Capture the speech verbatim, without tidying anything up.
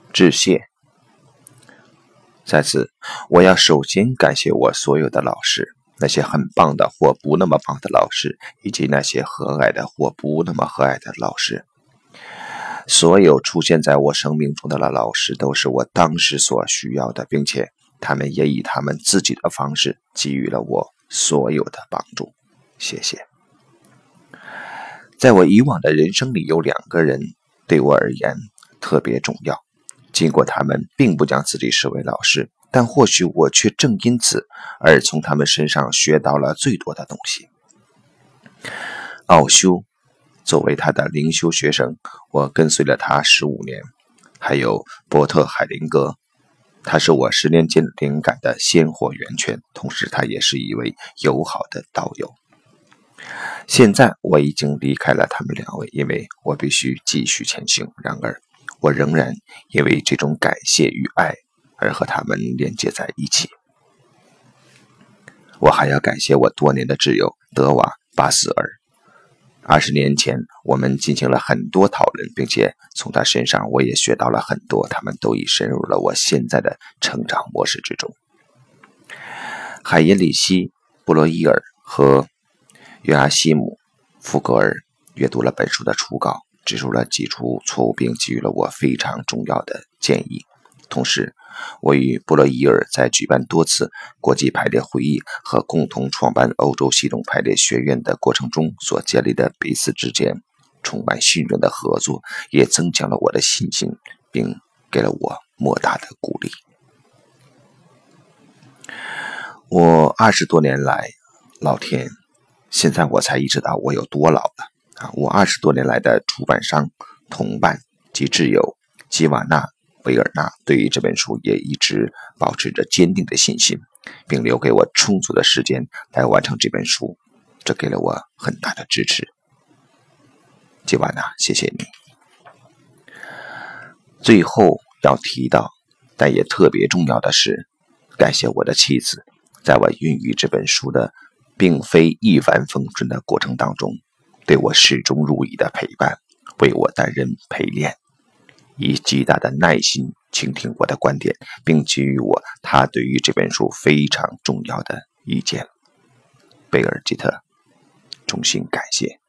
致谢。在此，我要首先感谢我所有的老师，那些很棒的或不那么棒的老师，以及那些和蔼的或不那么和蔼的老师。所有出现在我生命中的老师都是我当时所需要的，并且他们也以他们自己的方式给予了我所有的帮助。谢谢。在我以往的人生里，有两个人对我而言特别重要，尽管他们并不将自己视为老师，但或许我却正因此而从他们身上学到了最多的东西。奥修，作为他的灵修学生，我跟随了他十五年。还有伯特海灵格，他是我十年间灵感的鲜活源泉，同时他也是一位友好的导游。现在我已经离开了他们两位，因为我必须继续前行。然而我仍然因为这种感谢与爱而和他们连接在一起。我还要感谢我多年的挚友德瓦巴斯尔。二十年前我们进行了很多讨论，并且从他身上我也学到了很多，他们都已深入了我现在的成长模式之中。海因里希·布洛伊尔和约阿希姆·福格尔阅读了本书的初稿，指出了几处错误，并给予了我非常重要的建议。同时，我与布洛伊尔在举办多次国际排列会议和共同创办欧洲系统排列学院的过程中所建立的彼此之间充满信任的合作，也增强了我的信心，并给了我莫大的鼓励。我二十多年来，老天，现在我才意识到我有多老了啊！我二十多年来的出版商、同伴及挚友吉瓦纳·维尔纳对于这本书也一直保持着坚定的信心，并留给我充足的时间来完成这本书，这给了我很大的支持。吉瓦纳，谢谢你。最后要提到，但也特别重要的是，感谢我的妻子，在我孕育这本书的并非一帆风顺的过程当中，对我始终如一的陪伴，为我担任陪练，以极大的耐心倾听我的观点，并给予我他对于这本书非常重要的意见。贝尔吉特，衷心感谢。